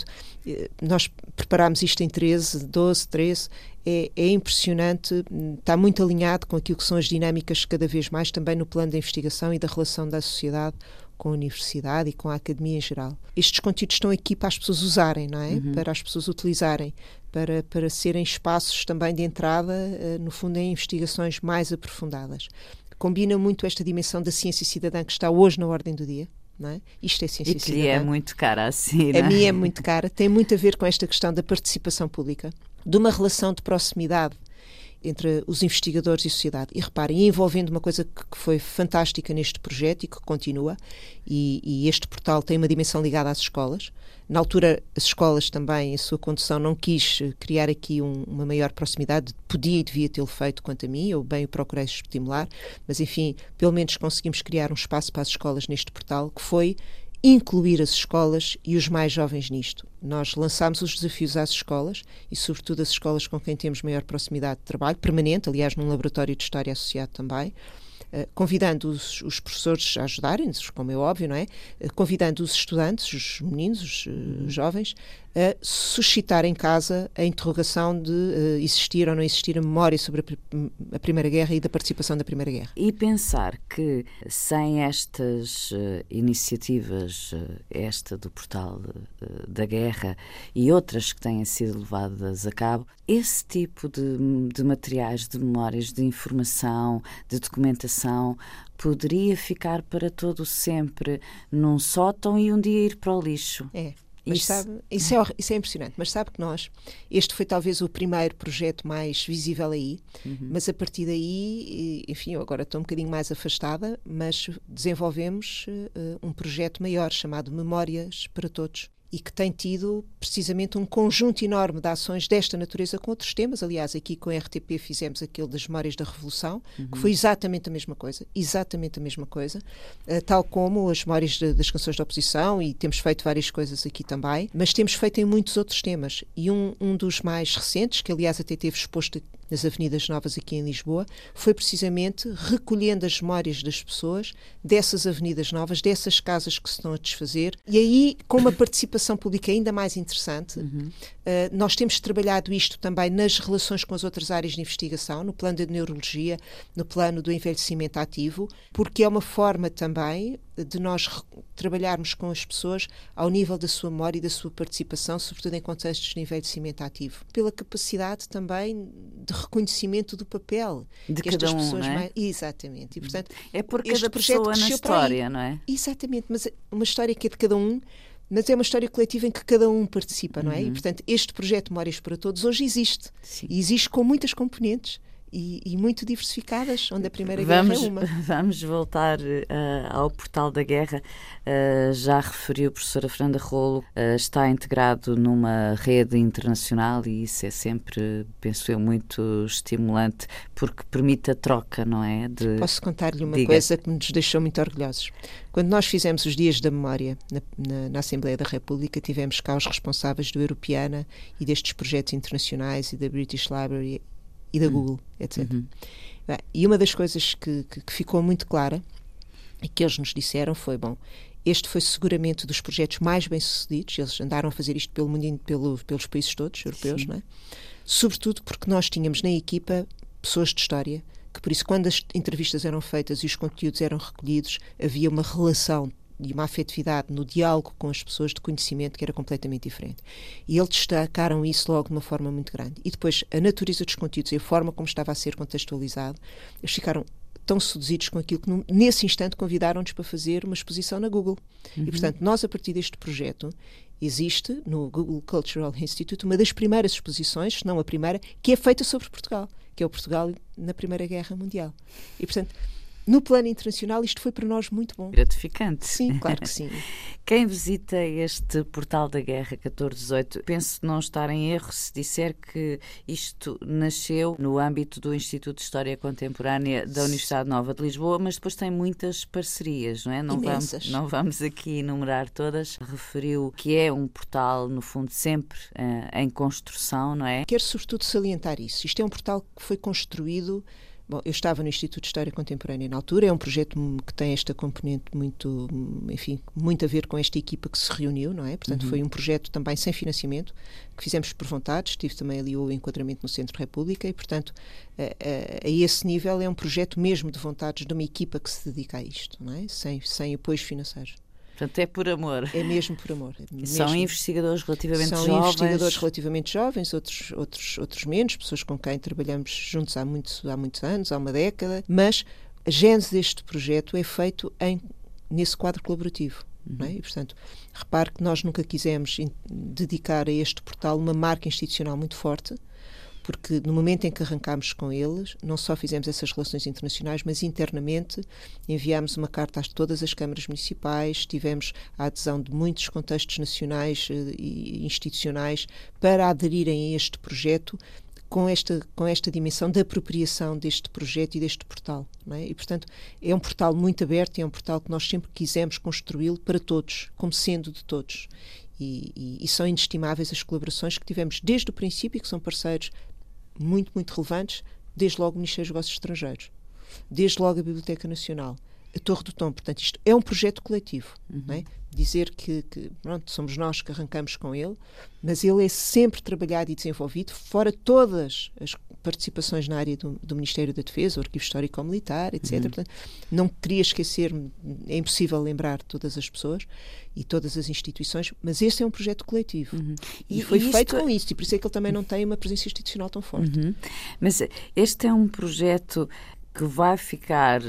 nós preparámos isto em treze, doze, treze, é, é impressionante, está muito alinhado com aquilo que são as dinâmicas cada vez mais também no plano da investigação e da relação da sociedade com a universidade e com a academia em geral. Estes conteúdos estão aqui para as pessoas usarem, não é? Uhum. Para as pessoas utilizarem, para, para serem espaços também de entrada, no fundo, em investigações mais aprofundadas. Combina muito esta dimensão da ciência cidadã que está hoje na ordem do dia, não é? Isto é ciência e que cidadã. E é muito cara assim, não é? A mim é muito cara. Tem muito a ver com esta questão da participação pública, de uma relação de proximidade entre os investigadores e a sociedade. E reparem, envolvendo uma coisa que, que foi fantástica neste projeto e que continua, e, e este portal tem uma dimensão ligada às escolas. Na altura, as escolas também, a sua condução, não quis criar aqui um, uma maior proximidade, podia e devia tê-lo feito quanto a mim, eu bem o procurei estimular, mas enfim, pelo menos conseguimos criar um espaço para as escolas neste portal, que foi incluir as escolas e os mais jovens nisto. Nós lançámos os desafios às escolas e, sobretudo, as escolas com quem temos maior proximidade de trabalho, permanente, aliás, num laboratório de história associado também, Uh, convidando os, os professores a ajudarem-nos, como é óbvio, não é? Uh, convidando os estudantes, os meninos, os, uh, os jovens, a suscitar em casa a interrogação de uh, existir ou não existir a memória sobre a, a Primeira Guerra e da participação da Primeira Guerra. E pensar que sem estas uh, iniciativas, uh, esta do Portal uh, da Guerra e outras que tenham sido levadas a cabo, esse tipo de, de materiais, de memórias, de informação, de documentação, poderia ficar para todo sempre num sótão e um dia ir para o lixo. É. Mas isso... Sabe, isso, é, isso é impressionante, mas sabe que nós, este foi talvez o primeiro projeto mais visível aí, uhum. mas a partir daí, enfim, eu agora estou um bocadinho mais afastada, mas desenvolvemos uh, um projeto maior chamado Memórias para Todos, e que tem tido precisamente um conjunto enorme de ações desta natureza com outros temas. Aliás, aqui com a R T P fizemos aquele das Memórias da Revolução, uhum. que foi exatamente a mesma coisa, exatamente a mesma coisa, uh, tal como as Memórias de, das Canções da Oposição, e temos feito várias coisas aqui também, mas temos feito em muitos outros temas. E um, um dos mais recentes, que aliás até teve exposto nas Avenidas Novas aqui em Lisboa, foi precisamente recolhendo as memórias das pessoas dessas Avenidas Novas, dessas casas que se estão a desfazer, e aí com uma participação pública ainda mais interessante. Uhum. Uh, nós temos trabalhado isto também nas relações com as outras áreas de investigação, no plano da neurologia, no plano do envelhecimento ativo, porque é uma forma também de nós trabalharmos com as pessoas ao nível da sua memória e da sua participação, sobretudo em contextos de envelhecimento ativo, pela capacidade também de reconhecimento do papel de que cada estas um, pessoas não é? mais... Exatamente. E, portanto, é por cada pessoa na história, não é? Exatamente, mas uma história que é de cada um, mas é uma história coletiva em que cada um participa, não é? Uhum. E, portanto, este projeto Memórias para Todos hoje existe. Sim. E existe com muitas componentes. E, e muito diversificadas, onde a Primeira vamos, Guerra é uma. Vamos voltar uh, ao Portal da Guerra. Uh, já referiu a professora Fernanda Rolo, uh, está integrado numa rede internacional e isso é sempre, penso eu, muito estimulante, porque permite a troca, não é? De... Posso contar-lhe uma Diga. coisa que nos deixou muito orgulhosos. Quando nós fizemos os Dias da Memória na, na, na Assembleia da República, tivemos cá os responsáveis do Europeana e destes projetos internacionais e da British Library e da Google, etcétera. Uhum. Bem, e uma das coisas que, que, que ficou muito clara e que eles nos disseram foi, bom, este foi seguramente dos projetos mais bem-sucedidos, eles andaram a fazer isto pelo mundo, pelo, pelos países todos, europeus, não é? Sobretudo porque nós tínhamos na equipa pessoas de história, que por isso quando as entrevistas eram feitas e os conteúdos eram recolhidos, havia uma relação e uma afetividade no diálogo com as pessoas de conhecimento que era completamente diferente. E eles destacaram isso logo de uma forma muito grande. E depois, a natureza dos conteúdos e a forma como estava a ser contextualizado, eles ficaram tão seduzidos com aquilo que nesse instante convidaram-nos para fazer uma exposição na Google. Uhum. E, portanto, nós, a partir deste projeto, existe no Google Cultural Institute uma das primeiras exposições, se não a primeira, que é feita sobre Portugal, que é o Portugal na Primeira Guerra Mundial. E, portanto, no plano internacional, isto foi para nós muito bom. Gratificante. Sim, claro que sim. Quem visita este portal da Guerra catorze dezoito, penso não estar em erro se disser que isto nasceu no âmbito do Instituto de História Contemporânea da Universidade Nova de Lisboa, mas depois tem muitas parcerias, não é? Não vamos, não vamos aqui enumerar todas. Referiu que é um portal, no fundo, sempre uh, em construção, não é? Quero sobretudo salientar isso. Isto é um portal que foi construído... Bom, eu estava no Instituto de História Contemporânea na altura, é um projeto que tem esta componente muito, enfim, muito a ver com esta equipa que se reuniu, não é? Portanto, uhum. foi um projeto também sem financiamento, que fizemos por vontade, estive também ali o enquadramento no Centro República e, portanto, a, a, a esse nível é um projeto mesmo de vontades de uma equipa que se dedica a isto, não é? Sem, sem apoios financeiros. Portanto, é por amor. É mesmo por amor. É São mesmo. investigadores relativamente São jovens. São investigadores relativamente jovens, outros, outros, outros menos, pessoas com quem trabalhamos juntos há, muito, há muitos anos, há uma década, mas a gênese deste projeto é feito em, nesse quadro colaborativo. Uhum. Não é? E, portanto, repare que nós nunca quisemos dedicar a este portal uma marca institucional muito forte, porque no momento em que arrancámos com eles, não só fizemos essas relações internacionais, mas internamente enviámos uma carta a todas as câmaras municipais, tivemos a adesão de muitos contextos nacionais e institucionais para aderirem a este projeto com esta, com esta dimensão da apropriação deste projeto e deste portal. Não é? E, portanto, é um portal muito aberto e é um portal que nós sempre quisemos construí-lo para todos, como sendo de todos. E, e, e são inestimáveis as colaborações que tivemos desde o princípio, que são parceiros muito, muito relevantes, desde logo o Ministério dos Negócios Estrangeiros, desde logo a Biblioteca Nacional, a Torre do Tom. Portanto, isto é um projeto coletivo. Uhum. Não é? Dizer que, que pronto, somos nós que arrancamos com ele, mas ele é sempre trabalhado e desenvolvido, fora todas as participações na área do, do Ministério da Defesa, o Arquivo Histórico-Militar, etcétera. Uhum. Portanto, não queria esquecer-me, é impossível lembrar todas as pessoas e todas as instituições, mas este é um projeto coletivo. Uhum. E, e foi e feito isto... com isso, e por isso é que ele também não tem uma presença institucional tão forte. Uhum. Mas este é um projeto que vai ficar,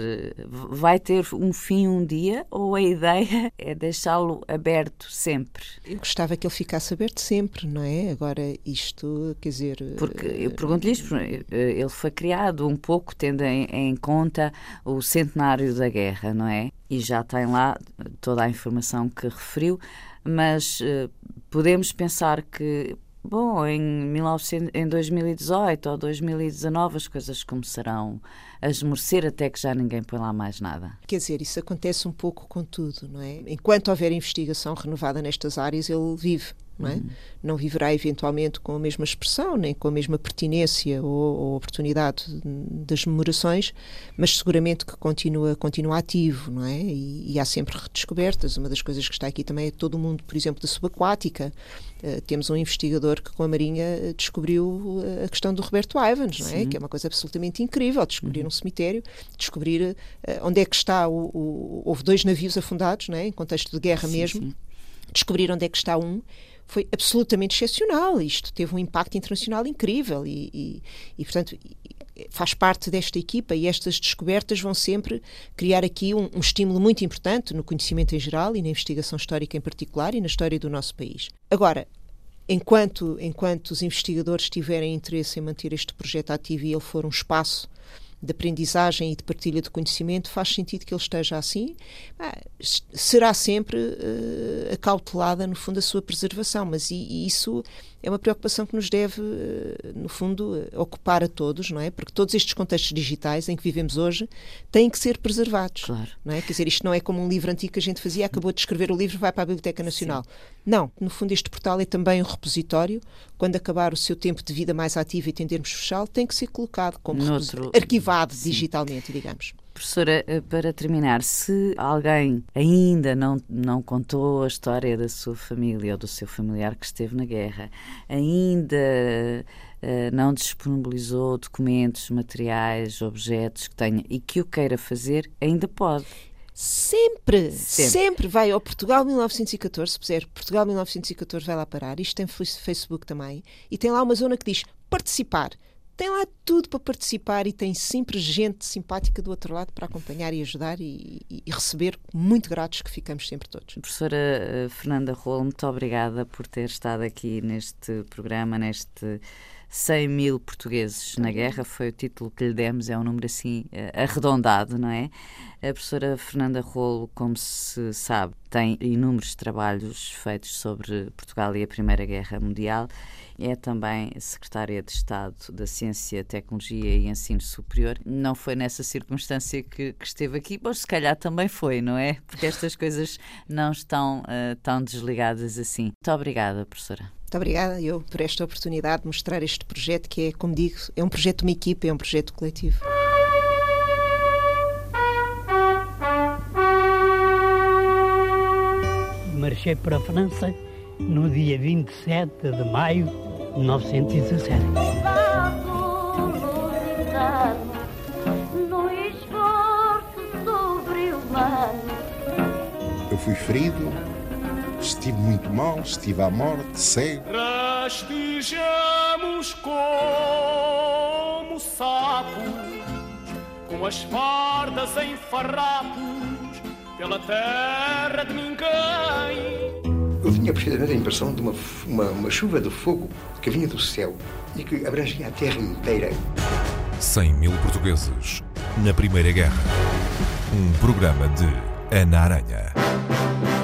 vai ter um fim um dia, ou a ideia é deixá-lo aberto sempre? Eu gostava que ele ficasse aberto sempre, não é? Agora isto, quer dizer... Porque eu pergunto-lhe isto, ele foi criado um pouco tendo em, em conta o centenário da guerra, não é? E já tem lá toda a informação que referiu, mas uh, podemos pensar que bom, em, mil e novecentos, em dois mil e dezoito ou dois mil e dezanove as coisas começarão a esmorecer até que já ninguém põe lá mais nada. Quer dizer, isso acontece um pouco com tudo, não é? Enquanto houver investigação renovada nestas áreas, ele vive, não é? Uhum. Não viverá eventualmente com a mesma expressão, nem com a mesma pertinência ou, ou oportunidade das memorações, mas seguramente que continua, continua ativo, não é? E, e há sempre redescobertas. Uma das coisas que está aqui também é todo o mundo, por exemplo, da subaquática. Uh, temos um investigador que com a Marinha descobriu a questão do Roberto Ivans, não é? Que é uma coisa absolutamente incrível, descobrir uhum. um cemitério, descobrir uh, onde é que está o, o... Houve dois navios afundados, não é? Em contexto de guerra sim, mesmo. Sim. Descobrir onde é que está um foi absolutamente excepcional. Isto teve um impacto internacional incrível e, e, e portanto, faz parte desta equipa e estas descobertas vão sempre criar aqui um, um estímulo muito importante no conhecimento em geral e na investigação histórica em particular e na história do nosso país. Agora, enquanto, enquanto os investigadores tiverem interesse em manter este projeto ativo e ele for um espaço de aprendizagem e de partilha de conhecimento, faz sentido que ele esteja assim. Ah, será sempre uh, acautelada, no fundo, a sua preservação, mas e, e isso é uma preocupação que nos deve, uh, no fundo, uh, ocupar a todos, não é? Porque todos estes contextos digitais em que vivemos hoje têm que ser preservados. Claro. Não é? Quer dizer, isto não é como um livro antigo que a gente fazia, acabou de escrever o livro, vai para a Biblioteca Nacional. Sim. Não, no fundo este portal é também um repositório. Quando acabar o seu tempo de vida mais ativo e tendermos fechá-lo, tem que ser colocado como Noutro... arquivado Sim. digitalmente, digamos. Professora, para terminar, se alguém ainda não, não contou a história da sua família ou do seu familiar que esteve na guerra, ainda uh, não disponibilizou documentos, materiais, objetos que tenha e que o queira fazer, ainda pode. Sempre, sempre, sempre vai ao Portugal mil novecentos e catorze, se puser Portugal mil novecentos e catorze vai lá parar, isto tem Facebook também, e tem lá uma zona que diz participar. tem lá tudo para participar e tem sempre gente simpática do outro lado para acompanhar e ajudar e, e, e receber muito gratos que ficamos sempre todos. Professora Fernanda Rolo, muito obrigada por ter estado aqui neste programa, neste cem mil portugueses na guerra, foi o título que lhe demos, é um número assim arredondado, não é? A professora Fernanda Rolo, como se sabe, tem inúmeros trabalhos feitos sobre Portugal e a Primeira Guerra Mundial. É também secretária de Estado da Ciência, Tecnologia e Ensino Superior. Não foi nessa circunstância que, que esteve aqui, mas se calhar também foi, não é? Porque estas coisas não estão uh, tão desligadas assim. Muito obrigada, professora. Muito obrigada eu por esta oportunidade de mostrar este projeto que é, como digo, é um projeto de uma equipa, é um projeto coletivo. Marchei para a França no dia vinte e sete de maio de mil novecentos e dezassete. Eu fui ferido, estive muito mal, estive à morte, cego. Rastejamos como sapos, com as fardas em farrapos, pela terra de ninguém. Eu tinha precisamente a impressão de uma, uma, uma chuva de fogo que vinha do céu e que abrangia a terra inteira. cem mil portugueses na Primeira Guerra. Um programa de Ana Aranha.